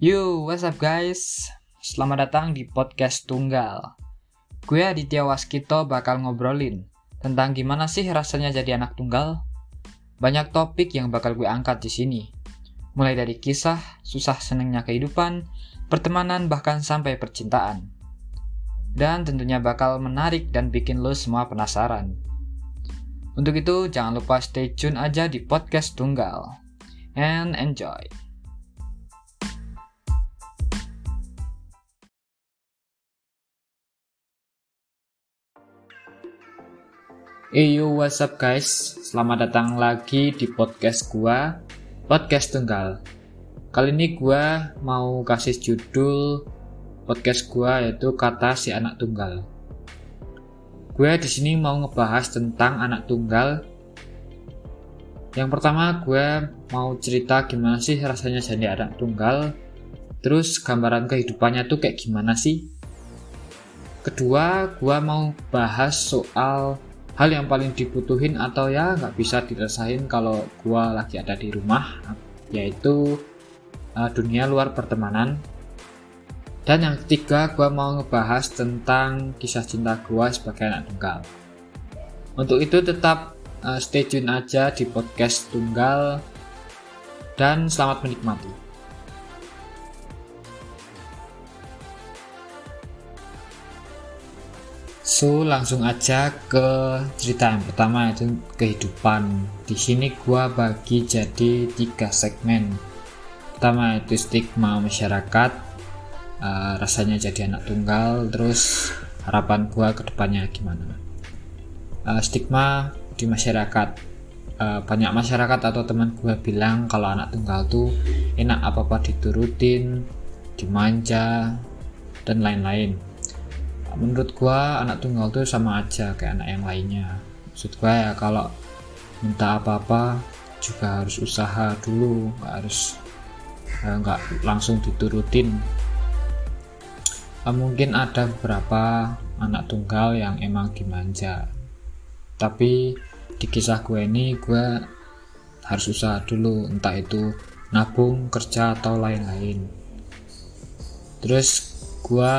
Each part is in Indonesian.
Yo, what's up guys? Selamat datang di podcast Tunggal. Gue Aditya Waskito bakal ngobrolin tentang gimana sih rasanya jadi anak tunggal. Banyak topik yang bakal gue angkat di sini. Mulai dari kisah, susah senengnya kehidupan, pertemanan bahkan sampai percintaan. Dan tentunya bakal menarik dan bikin lo semua penasaran. Untuk itu jangan lupa stay tune aja di podcast Tunggal. And enjoy. Yo, what's up guys? Selamat datang lagi di podcast gua, Podcast Tunggal. Kali ini gua mau kasih judul podcast gua yaitu Kata Si Anak Tunggal. Gue di sini mau ngebahas tentang anak tunggal. Yang pertama gue mau cerita gimana sih rasanya jadi anak tunggal. Terus gambaran kehidupannya tuh kayak gimana sih? Kedua, gue mau bahas soal hal yang paling dibutuhin atau ya nggak bisa dirasain kalau gue lagi ada di rumah, yaitu dunia luar pertemanan. Dan yang ketiga, gue mau ngebahas tentang kisah cinta gue sebagai anak tunggal. Untuk itu tetap stay tune aja di podcast Tunggal dan selamat menikmati. So, langsung aja ke cerita yang pertama, yaitu kehidupan. Di sini gua bagi jadi 3 segmen. Pertama itu stigma masyarakat, rasanya jadi anak tunggal, terus harapan gua ke depannya gimana. Stigma di masyarakat. Banyak masyarakat atau teman gua bilang kalau anak tunggal tuh enak apa-apa diturutin, dimanja, dan lain-lain. Menurut gua anak tunggal tuh sama aja kayak anak yang lainnya. Maksud gua ya kalau minta apa-apa juga harus usaha dulu, nggak langsung diturutin. Mungkin ada beberapa anak tunggal yang emang dimanja, tapi di kisah gue ini gue harus usaha dulu, entah itu nabung, kerja atau lain-lain. Terus gue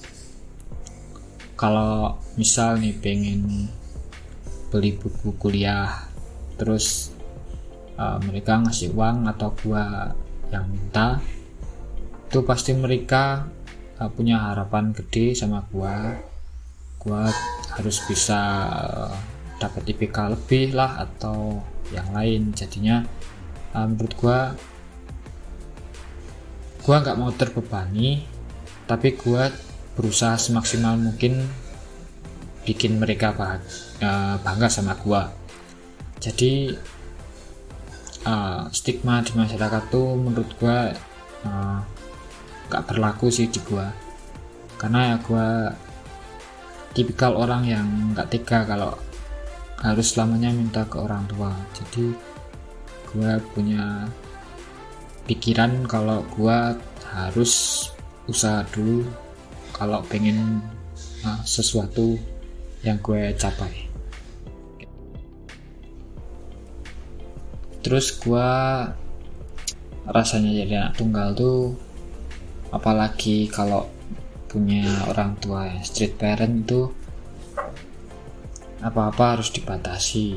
kalau misal nih pengen beli buku kuliah, terus mereka ngasih uang atau gua yang minta, itu pasti mereka punya harapan gede sama gua harus bisa dapat IPK lebih lah atau yang lain. Jadinya menurut gua nggak mau terbebani, tapi gua berusaha semaksimal mungkin bikin mereka bangga sama gua. Jadi stigma di masyarakat tuh menurut gua gak berlaku sih di gua, karena ya gua tipikal orang yang gak tega kalau harus selamanya minta ke orang tua. Jadi gua punya pikiran kalau gua harus usaha dulu kalau pengen sesuatu yang gue capai. Terus gue rasanya jadi anak tunggal tuh, apalagi kalau punya orang tua yang strict parent, itu apa-apa harus dibatasi,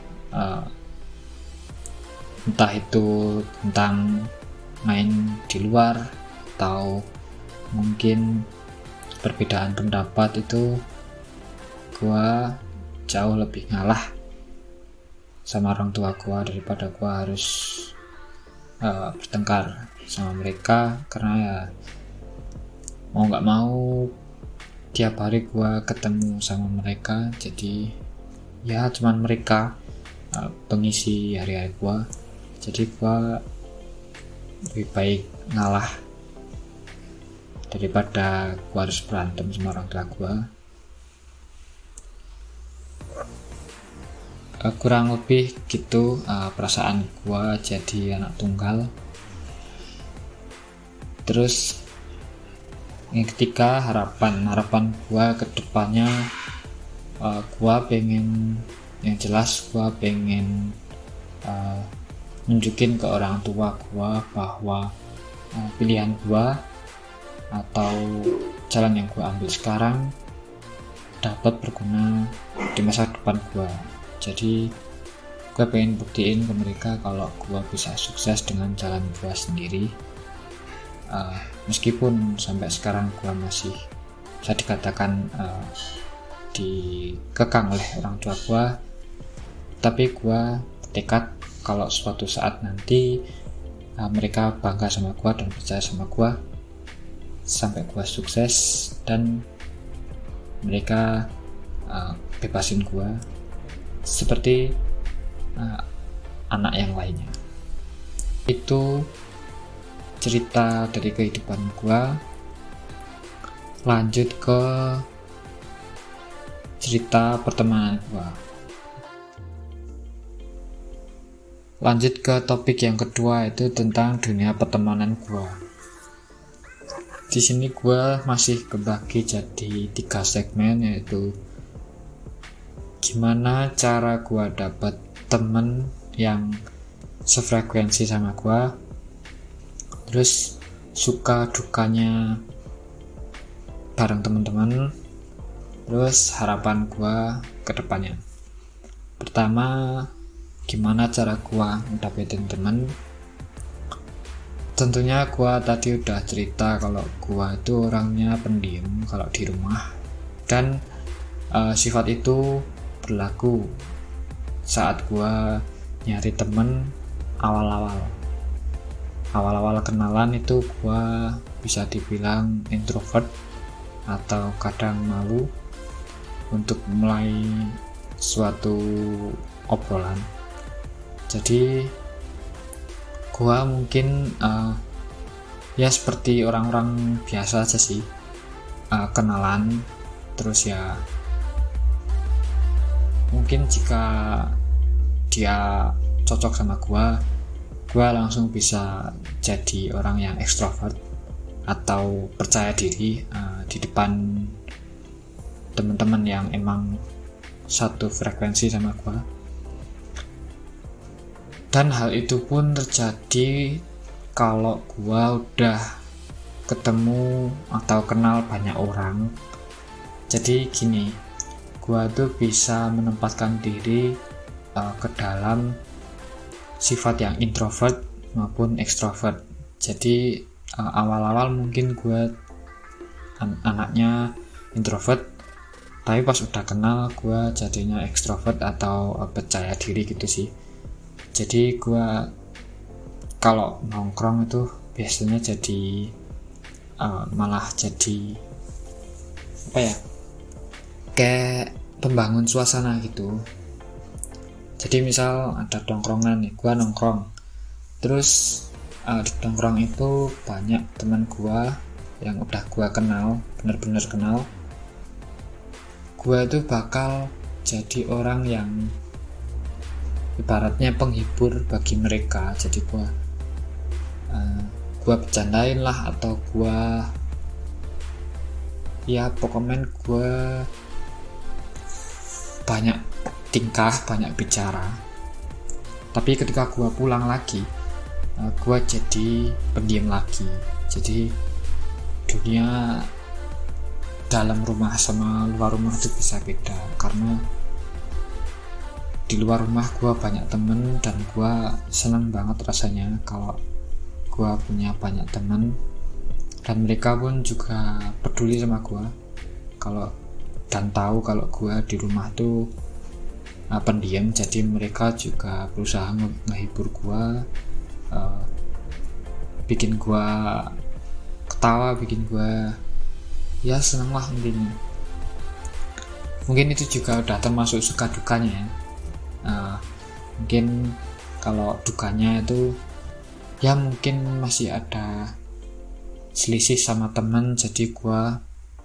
entah itu tentang main di luar atau mungkin perbedaan pendapat. Itu gua jauh lebih ngalah sama orang tua gua daripada gua harus bertengkar sama mereka, karena ya mau gak mau tiap hari gua ketemu sama mereka. Jadi ya cuman mereka pengisi hari-hari gua. Jadi gua lebih baik ngalah daripada gua harus berantem sama orang tua gua. Kurang lebih gitu perasaan gua jadi anak tunggal. Terus yang ketiga, harapan gua ke depannya, gua pengen, yang jelas gua pengen nunjukin ke orang tua gua bahwa pilihan gua atau jalan yang gua ambil sekarang dapat berguna di masa depan gua. Jadi gua pengen buktiin ke mereka kalau gua bisa sukses dengan jalan gua sendiri. Meskipun sampai sekarang gua masih bisa dikatakan dikekang oleh orang tua gua, tapi gua bertekad kalau suatu saat nanti mereka bangga sama gua dan percaya sama gua sampai gua sukses dan mereka bebasin gua seperti anak yang lainnya. Itu cerita dari kehidupan gua. Lanjut ke cerita pertemanan gua. Lanjut ke topik yang kedua, itu tentang dunia pertemanan gua. Di sini gua masih kebagi jadi 3 segmen, yaitu gimana cara gua dapat temen yang sefrekuensi sama gua, terus suka dukanya bareng teman-teman, terus harapan gua ke depannya. Pertama, gimana cara gua dapetin temen? Tentunya gua tadi udah cerita kalau gua itu orangnya pendiam kalau di rumah, dan sifat itu berlaku saat gua nyari temen awal-awal kenalan. Itu gua bisa dibilang introvert atau kadang malu untuk mulai suatu obrolan. Jadi gua mungkin ya seperti orang-orang biasa aja sih, kenalan terus ya mungkin jika dia cocok sama gua langsung bisa jadi orang yang ekstrovert atau percaya diri di depan teman-teman yang emang satu frekuensi sama gua. Dan hal itu pun terjadi kalau gua udah ketemu atau kenal banyak orang. Jadi gini, gua tuh bisa menempatkan diri ke dalam sifat yang introvert maupun ekstrovert. Jadi awal-awal mungkin gua anaknya introvert, tapi pas udah kenal gua jadinya ekstrovert atau percaya diri gitu sih. Jadi gua kalau nongkrong itu biasanya jadi malah jadi apa ya, kayak pembangun suasana gitu. Jadi misal ada nongkrongan nih, gua nongkrong, terus di nongkrong itu banyak teman gua yang udah gua kenal, bener-bener kenal. Gua itu bakal jadi orang yang ibaratnya penghibur bagi mereka. Jadi gua bercandain lah, atau gua ya pokoknya gua banyak tingkah, banyak bicara. Tapi ketika gua pulang lagi, gua jadi pendiam lagi. Jadi dunia dalam rumah sama luar rumah itu bisa beda, karena di luar rumah gua banyak temen dan gua senang banget rasanya kalau gua punya banyak temen, dan mereka pun juga peduli sama gua kalau dan tahu kalau gua di rumah tuh pendiam. Jadi mereka juga berusaha menghibur gua, bikin gua ketawa, bikin gua ya senang lah intinya. Mungkin itu juga udah termasuk suka dukanya ya. Mungkin kalau dukanya itu ya mungkin masih ada selisih sama temen, jadi gua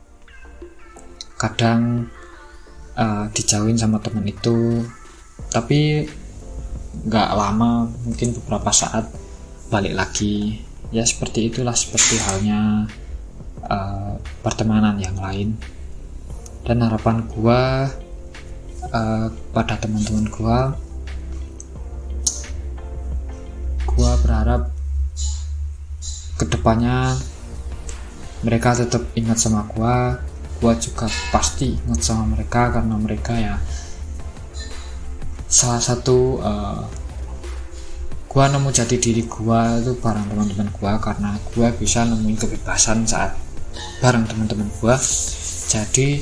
kadang dijauhin sama temen itu, tapi gak lama, mungkin beberapa saat balik lagi. Ya seperti itulah, seperti halnya pertemanan yang lain. Dan harapan gua pada teman-teman gua berharap kedepannya mereka tetap ingat sama gua juga pasti ingat sama mereka, karena mereka ya salah satu gua nemu jati diri gua itu bareng teman-teman gua, karena gua bisa nemuin kebebasan saat bareng teman-teman gua. Jadi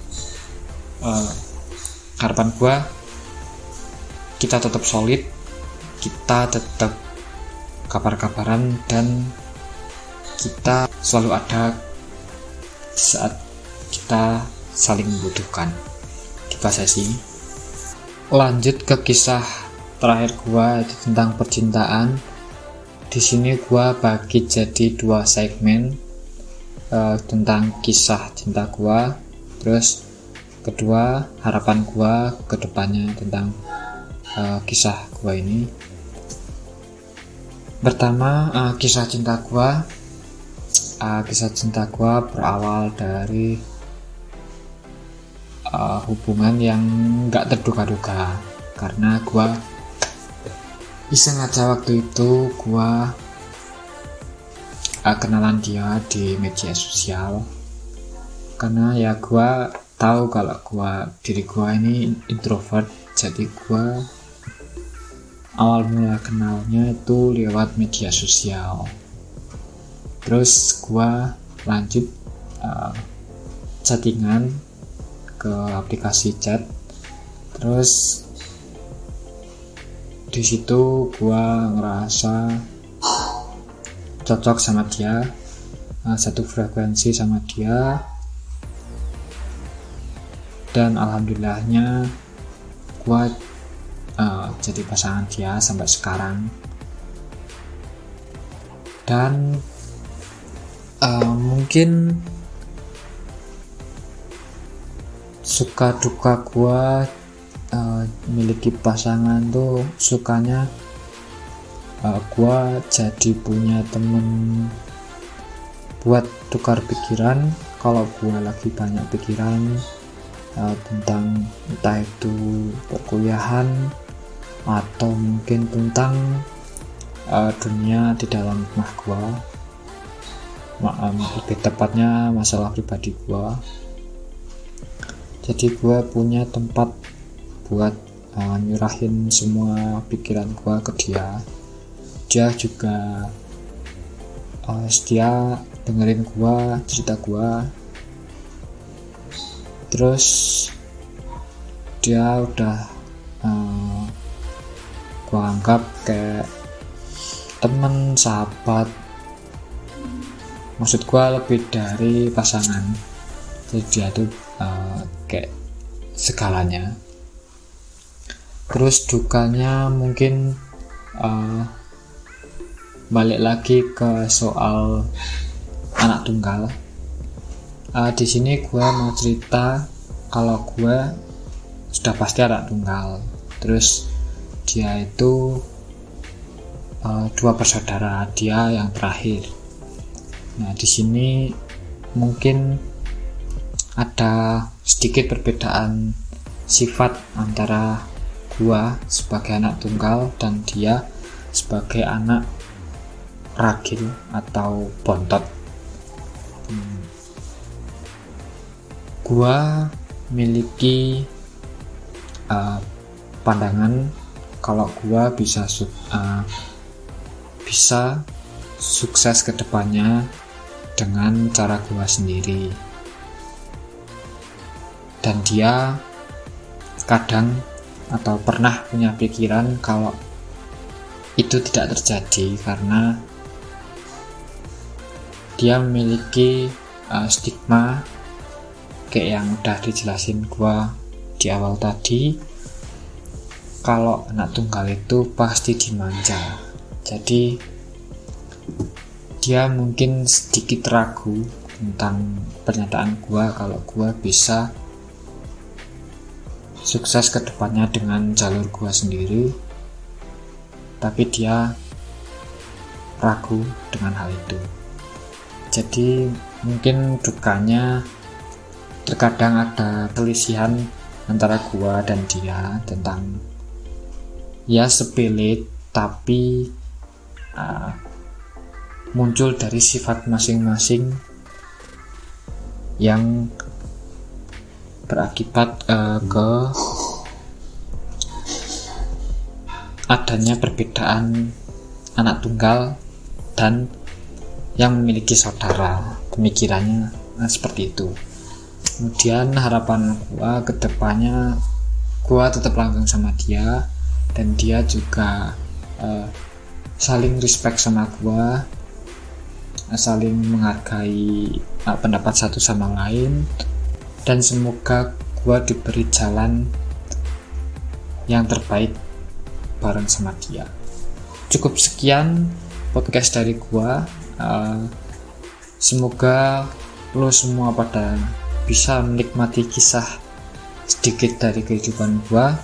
harapan gua kita tetap solid, kita tetap kabar-kabaran, dan kita selalu ada saat kita saling membutuhkan. Gitu aja sih. Lanjut ke kisah terakhir gua, itu tentang percintaan. Di sini gua bagi jadi 2 segmen, tentang kisah cinta gua, terus kedua harapan gua ke depannya tentang kisah gua ini. Pertama, kisah cinta gua berawal dari hubungan yang gak terduga-duga, karena gua iseng aja waktu itu gua kenalan dia di media sosial, karena ya gua tahu kalau diri gua ini introvert. Jadi gua awal mula kenalnya itu lewat media sosial, terus gua lanjut chattingan ke aplikasi chat, terus di situ gua ngerasa cocok sama dia, satu frekuensi sama dia, dan alhamdulillahnya gua jadi pasangan dia sampai sekarang. Dan mungkin suka duka gua miliki pasangan tuh, sukanya gua jadi punya temen buat tukar pikiran kalau gua lagi banyak pikiran tentang entah itu perkuliahan atau mungkin tentang dunia di dalam rumah gua, lebih tepatnya masalah pribadi gua. Jadi gua punya tempat buat nyurahin semua pikiran gua ke dia. Dia juga setia dengerin gua, cerita gua. Terus dia udah gua anggap kayak temen, sahabat. Maksud gua lebih dari pasangan. Jadi dia tuh kayak segalanya. Terus dukanya mungkin balik lagi ke soal anak tunggal. Di sini gue mau cerita kalau gue sudah pasti anak tunggal. Terus dia itu 2 bersaudara, dia yang terakhir. Nah, di sini mungkin ada sedikit perbedaan sifat antara gua sebagai anak tunggal dan dia sebagai anak ragil atau bontot. Gua miliki pandangan kalau gua bisa sukses ke depannya dengan cara gua sendiri. Dan dia kadang atau pernah punya pikiran kalau itu tidak terjadi karena dia memiliki stigma kayak yang udah dijelasin gua di awal tadi, kalau anak tunggal itu pasti dimanja. Jadi dia mungkin sedikit ragu tentang pernyataan gua kalau gua bisa sukses ke depannya dengan jalur gua sendiri, tapi dia ragu dengan hal itu. Jadi mungkin dukanya terkadang ada pelisihan antara gua dan dia tentang ya sepele, tapi muncul dari sifat masing-masing yang berakibat ke adanya perbedaan anak tunggal dan yang memiliki saudara. Pemikirannya seperti itu. Kemudian harapan gua ke depannya, gua tetap langgeng sama dia dan dia juga saling respect sama gua, saling menghargai pendapat satu sama lain, dan semoga gua diberi jalan yang terbaik bareng sama dia. Cukup sekian podcast dari gua. Semoga lo semua pada bisa menikmati kisah sedikit dari kehidupan gua.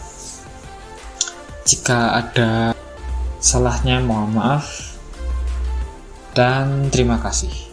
Jika ada salahnya mohon maaf dan terima kasih.